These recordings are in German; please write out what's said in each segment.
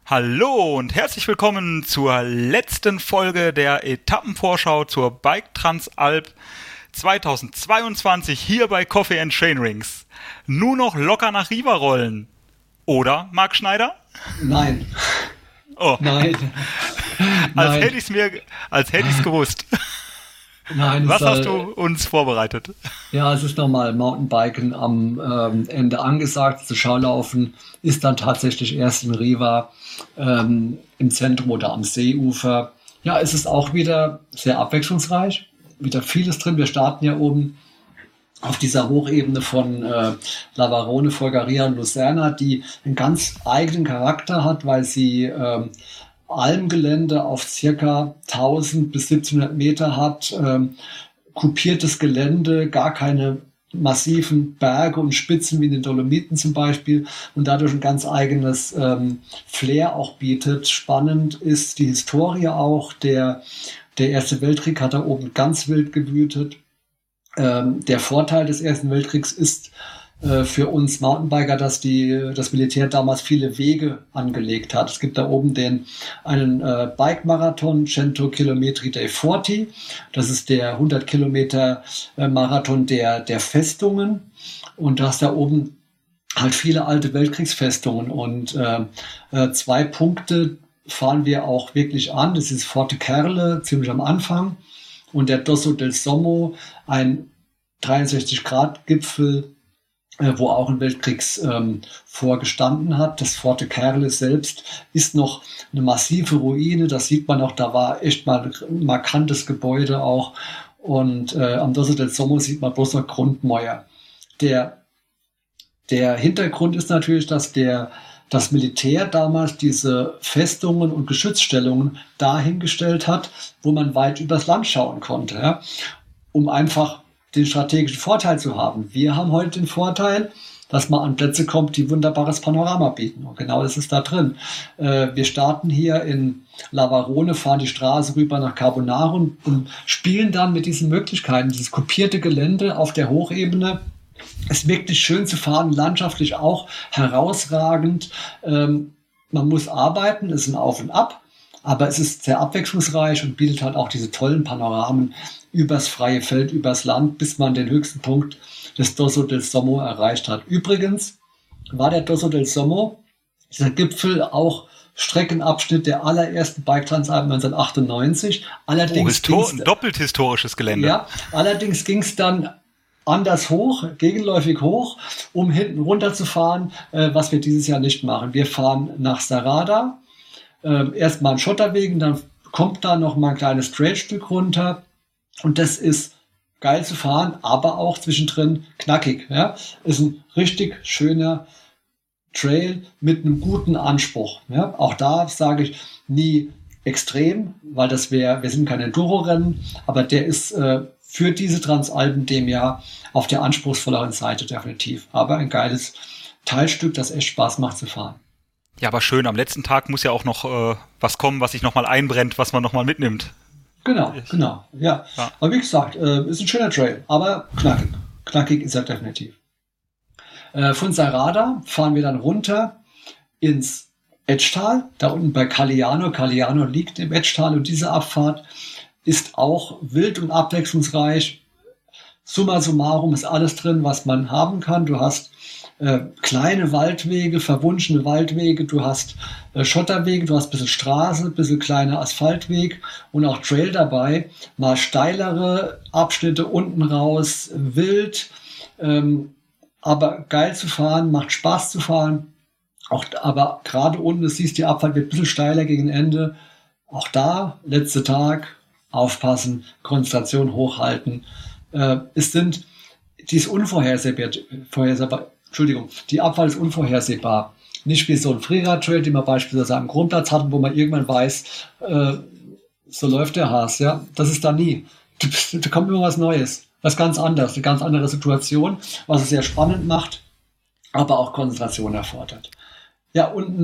Hallo und herzlich willkommen zur letzten Folge der Etappenvorschau zur Bike Transalp 2022 hier bei Coffee and Chainrings. Nur noch locker nach Riva rollen. Oder, Marc Schneider? Nein. Oh. Nein. Als hätte ich's gewusst. Nein. Was hast du uns vorbereitet? Ja, es ist nochmal Mountainbiken am Ende angesagt. Zu Schaulaufen ist dann tatsächlich erst in Riva im Zentrum oder am Seeufer. Ja, es ist auch wieder sehr abwechslungsreich. Wieder vieles drin. Wir starten ja oben auf dieser Hochebene von Lavarone, Folgaria und Lucerna, die einen ganz eigenen Charakter hat, weil sie Almgelände auf circa 1000 bis 1700 Meter hat, kupiertes Gelände, gar keine massiven Berge und Spitzen wie in den Dolomiten zum Beispiel und dadurch ein ganz eigenes Flair auch bietet. Spannend ist die Historie auch. Der Erste Weltkrieg hat da oben ganz wild gewütet. Der Vorteil des Ersten Weltkriegs ist für uns Mountainbiker, dass das Militär damals viele Wege angelegt hat. Es gibt da oben einen Bike-Marathon, 100 Kilometri dei Forti. Das ist der 100 Kilometer Marathon der Festungen. Und du hast da oben halt viele alte Weltkriegsfestungen. Und 2 Punkte fahren wir auch wirklich an. Das ist Forte Kerle, ziemlich am Anfang. Und der Dosso del Sommo, ein 63-Grad-Gipfel, wo auch ein vorgestanden hat. Das Forte Kerle selbst ist noch eine massive Ruine. Das sieht man auch, da war echt mal ein markantes Gebäude auch. Und am Dosso del Sommo sieht man bloß noch Grundmauer. Der Hintergrund ist natürlich, dass das Militär damals diese Festungen und Geschützstellungen dahingestellt hat, wo man weit übers Land schauen konnte, ja, um einfach den strategischen Vorteil zu haben. Wir haben heute den Vorteil, dass man an Plätze kommt, die wunderbares Panorama bieten. Und genau das ist da drin. Wir starten hier in Lavarone, fahren die Straße rüber nach Carbonaro und spielen dann mit diesen Möglichkeiten. Dieses kopierte Gelände auf der Hochebene ist wirklich schön zu fahren, landschaftlich auch herausragend. Man muss arbeiten, es ist ein Auf und Ab, aber es ist sehr abwechslungsreich und bietet halt auch diese tollen Panoramen übers freie Feld, übers Land, bis man den höchsten Punkt des Dosso del Sommo erreicht hat. Übrigens war der Dosso del Sommo, dieser Gipfel, auch Streckenabschnitt der allerersten Bike Transalp 1998. Allerdings ein doppelt historisches Gelände. Ja, allerdings ging es dann anders hoch, gegenläufig hoch, um hinten runter zu fahren, was wir dieses Jahr nicht machen. Wir fahren nach Sarada, erstmal einen Schotterwegen, dann kommt da noch mal ein kleines Trailstück runter und das ist geil zu fahren, aber auch zwischendrin knackig. Ja? Ist ein richtig schöner Trail mit einem guten Anspruch. Ja? Auch da sage ich nie extrem, weil wir sind kein Enduro-Rennen, aber der ist für diese Transalpen dem Jahr auf der anspruchsvolleren Seite definitiv. Aber ein geiles Teilstück, das echt Spaß macht zu fahren. Ja, aber schön, am letzten Tag muss ja auch noch was kommen, was sich nochmal einbrennt, was man nochmal mitnimmt. Genau. Ja. Aber wie gesagt, ist ein schöner Trail, aber knackig. Knackig ist er definitiv. Von Sarada fahren wir dann runter ins Etschtal, da unten bei Calliano. Calliano liegt im Etschtal und diese Abfahrt ist auch wild und abwechslungsreich. Summa summarum ist alles drin, was man haben kann. Du hast kleine Waldwege, verwunschene Waldwege, du hast Schotterwege, du hast ein bisschen Straße, ein bisschen kleiner Asphaltweg und auch Trail dabei. Mal steilere Abschnitte unten raus, wild, aber geil zu fahren, macht Spaß zu fahren. Aber gerade unten, du siehst, die Abfahrt wird ein bisschen steiler gegen Ende. Auch da, letzter Tag, aufpassen, Konzentration hochhalten. Die ist unvorhersehbar. Entschuldigung, die Abfahrt ist unvorhersehbar. Nicht wie so ein Freerad-Trail, den man beispielsweise am Grundplatz hatten, wo man irgendwann weiß, so läuft der Hase. Ja? Das ist da nie. Da kommt immer was Neues, was ganz anderes, eine ganz andere Situation, was es sehr spannend macht, aber auch Konzentration erfordert. Ja, unten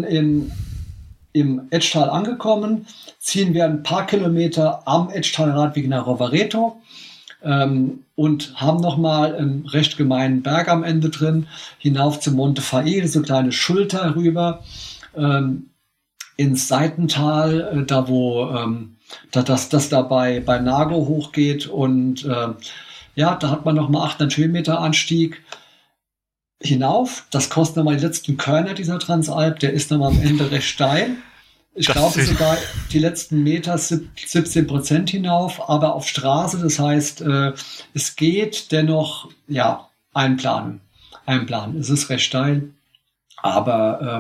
im Etschtal angekommen, ziehen wir ein paar Kilometer am Etschtalradweg nach Rovereto und haben nochmal einen recht gemeinen Berg am Ende drin, hinauf zum Monte Faede, so kleine Schulter rüber. ins Seitental, da wo das da bei Nago hochgeht. Und da hat man nochmal 800 Höhenmeter Anstieg hinauf. Das kostet nochmal die letzten Körner dieser Transalp. Der ist nochmal am Ende recht steil. Ich glaube sogar die letzten Meter 17% hinauf, aber auf Straße. Das heißt, es geht dennoch, einplanen. Es ist recht steil, aber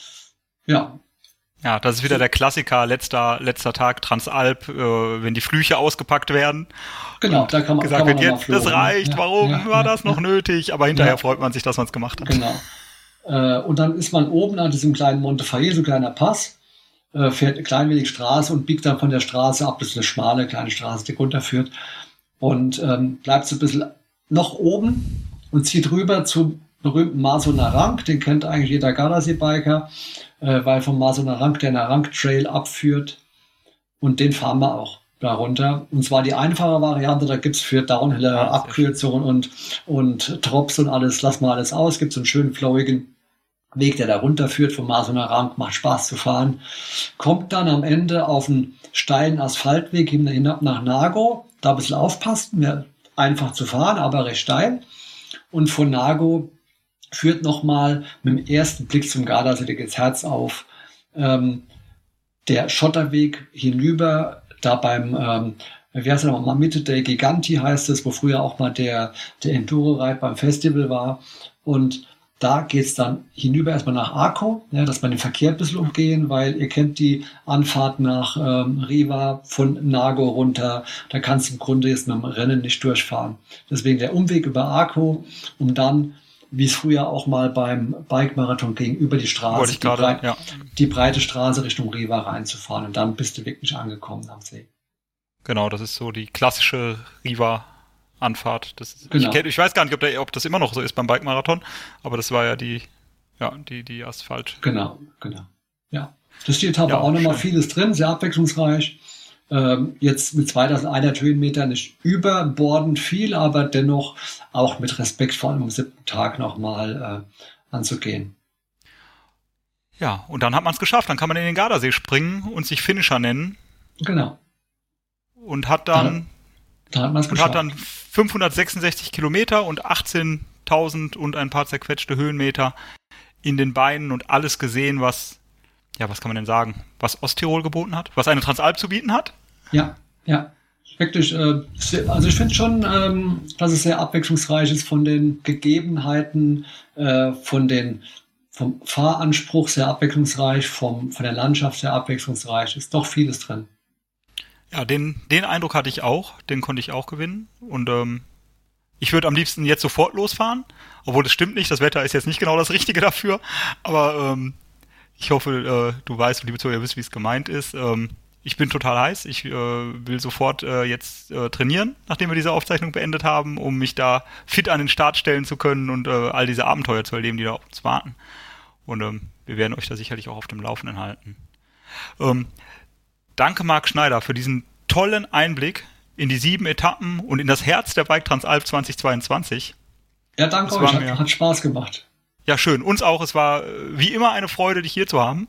Ja, das ist wieder der Klassiker, letzter Tag Transalp, wenn die Flüche ausgepackt werden. Genau, da kann man gesagt wird, jetzt, das reicht, warum war das noch nötig? Aber hinterher freut man sich, dass man es gemacht hat. Genau. Und dann ist man oben an diesem kleinen Montefaye, so ein kleiner Pass, fährt eine klein wenig Straße und biegt dann von der Straße ab. Das ist eine schmale kleine Straße, die runterführt. Und bleibt so ein bisschen noch oben und zieht rüber zum berühmten Maso Narang. Den kennt eigentlich jeder Gardasee-Biker, weil vom Maso Narang der Narang Trail abführt. Und den fahren wir auch da runter. Und zwar die einfache Variante, da gibt es für Downhiller Abkürzungen und Drops und alles, lass mal alles aus. Gibt so einen schönen flowigen Weg, der da runterführt vom Maso Narang, macht Spaß zu fahren. Kommt dann am Ende auf einen steilen Asphaltweg hinab nach Nago. Da ein bisschen aufpassen, wäre einfach zu fahren, aber recht steil. Und von Nago führt nochmal mit dem ersten Blick zum Gardasee, da geht's Herz auf, der Schotterweg hinüber, da beim, wie heißt er nochmal, Mitte der Giganti heißt es, wo früher auch mal der Enduro-Ride beim Festival war. Und da geht's dann hinüber erstmal nach Arco, dass wir den Verkehr ein bisschen umgehen, weil ihr kennt die Anfahrt nach Riva von Nago runter. Da kannst du im Grunde jetzt mit dem Rennen nicht durchfahren. Deswegen der Umweg über Arco, um dann, wie es früher auch mal beim Bike-Marathon ging, über die Straße, die breite Straße Richtung Riva reinzufahren. Und dann bist du wirklich angekommen am See. Genau, das ist so die klassische Riva-Anfahrt. Genau. Ich weiß gar nicht, ob das immer noch so ist beim Bike-Marathon, aber das war ja die Asphalt. Genau. Ja. Das steht aber auch nochmal vieles drin, sehr abwechslungsreich. Jetzt mit 2100 Höhenmetern nicht überbordend viel, aber dennoch auch mit Respekt vor allem am 7. Tag nochmal anzugehen. Ja, und dann hat man es geschafft. Dann kann man in den Gardasee springen und sich Finisher nennen. Genau. Und hat dann, da hat man es geschafft. Hat dann 566 Kilometer und 18.000 und ein paar zerquetschte Höhenmeter in den Beinen und alles gesehen, was kann man denn sagen, was Osttirol geboten hat, was eine Transalp zu bieten hat? Ja. Wirklich, also ich finde schon, dass es sehr abwechslungsreich ist von den Gegebenheiten, vom Fahranspruch sehr abwechslungsreich, von der Landschaft sehr abwechslungsreich, ist doch vieles drin. Ja, den Eindruck hatte ich auch, den konnte ich auch gewinnen und ich würde am liebsten jetzt sofort losfahren, obwohl das stimmt nicht, das Wetter ist jetzt nicht genau das Richtige dafür, aber ich hoffe, du weißt, liebe Zuhörer, ihr wisst, wie es gemeint ist. Ich bin total heiß. Ich will sofort jetzt trainieren, nachdem wir diese Aufzeichnung beendet haben, um mich da fit an den Start stellen zu können und all diese Abenteuer zu erleben, die da auf uns warten. Und wir werden euch da sicherlich auch auf dem Laufenden halten. Danke, Marc Schneider, für diesen tollen Einblick in die 7 Etappen und in das Herz der Bike Transalp 2022. Ja, danke euch. Hat Spaß gemacht. Ja, schön. Uns auch. Es war wie immer eine Freude, dich hier zu haben.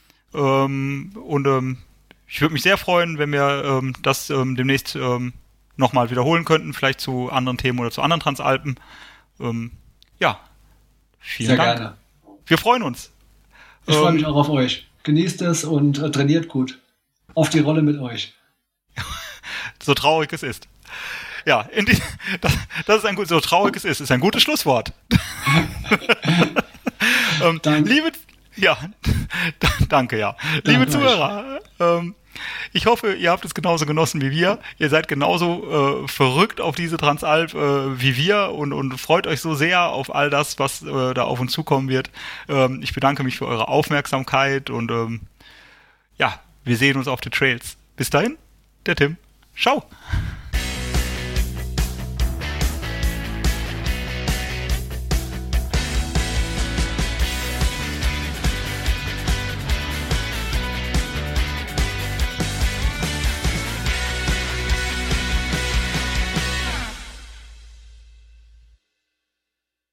Ich würde mich sehr freuen, wenn wir das demnächst nochmal wiederholen könnten, vielleicht zu anderen Themen oder zu anderen Transalpen. Vielen Dank. Sehr gerne. Wir freuen uns. Ich freue mich auch auf euch. Genießt es und trainiert gut. Auf die Rolle mit euch. So traurig es ist. Ja, das ist so traurig es ist ein gutes Schlusswort. Danke, ja. Liebe Zuhörer, ich hoffe, ihr habt es genauso genossen wie wir. Ihr seid genauso verrückt auf diese Transalp wie wir und freut euch so sehr auf all das, was da auf uns zukommen wird. Ich bedanke mich für eure Aufmerksamkeit und wir sehen uns auf den Trails. Bis dahin, der Tim. Ciao.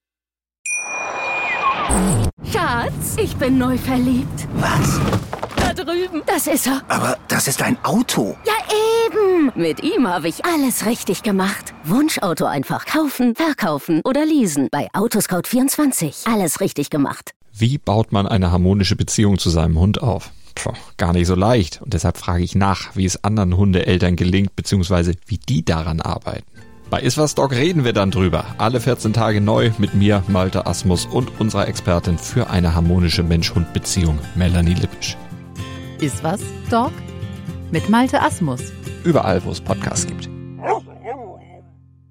Schatz, ich bin neu verliebt. Was? drüben. Das ist er. Aber das ist ein Auto. Ja, eben. Mit ihm habe ich alles richtig gemacht. Wunschauto einfach kaufen, verkaufen oder leasen. Bei Autoscout24. Alles richtig gemacht. Wie baut man eine harmonische Beziehung zu seinem Hund auf? Gar nicht so leicht. Und deshalb frage ich nach, wie es anderen Hundeeltern gelingt, beziehungsweise wie die daran arbeiten. Bei Iswas Dog reden wir dann drüber. Alle 14 Tage neu mit mir, Malte Asmus, und unserer Expertin für eine harmonische Mensch-Hund-Beziehung, Melanie Lippisch. Iswas Dog mit Malte Asmus. Überall, wo es Podcasts gibt.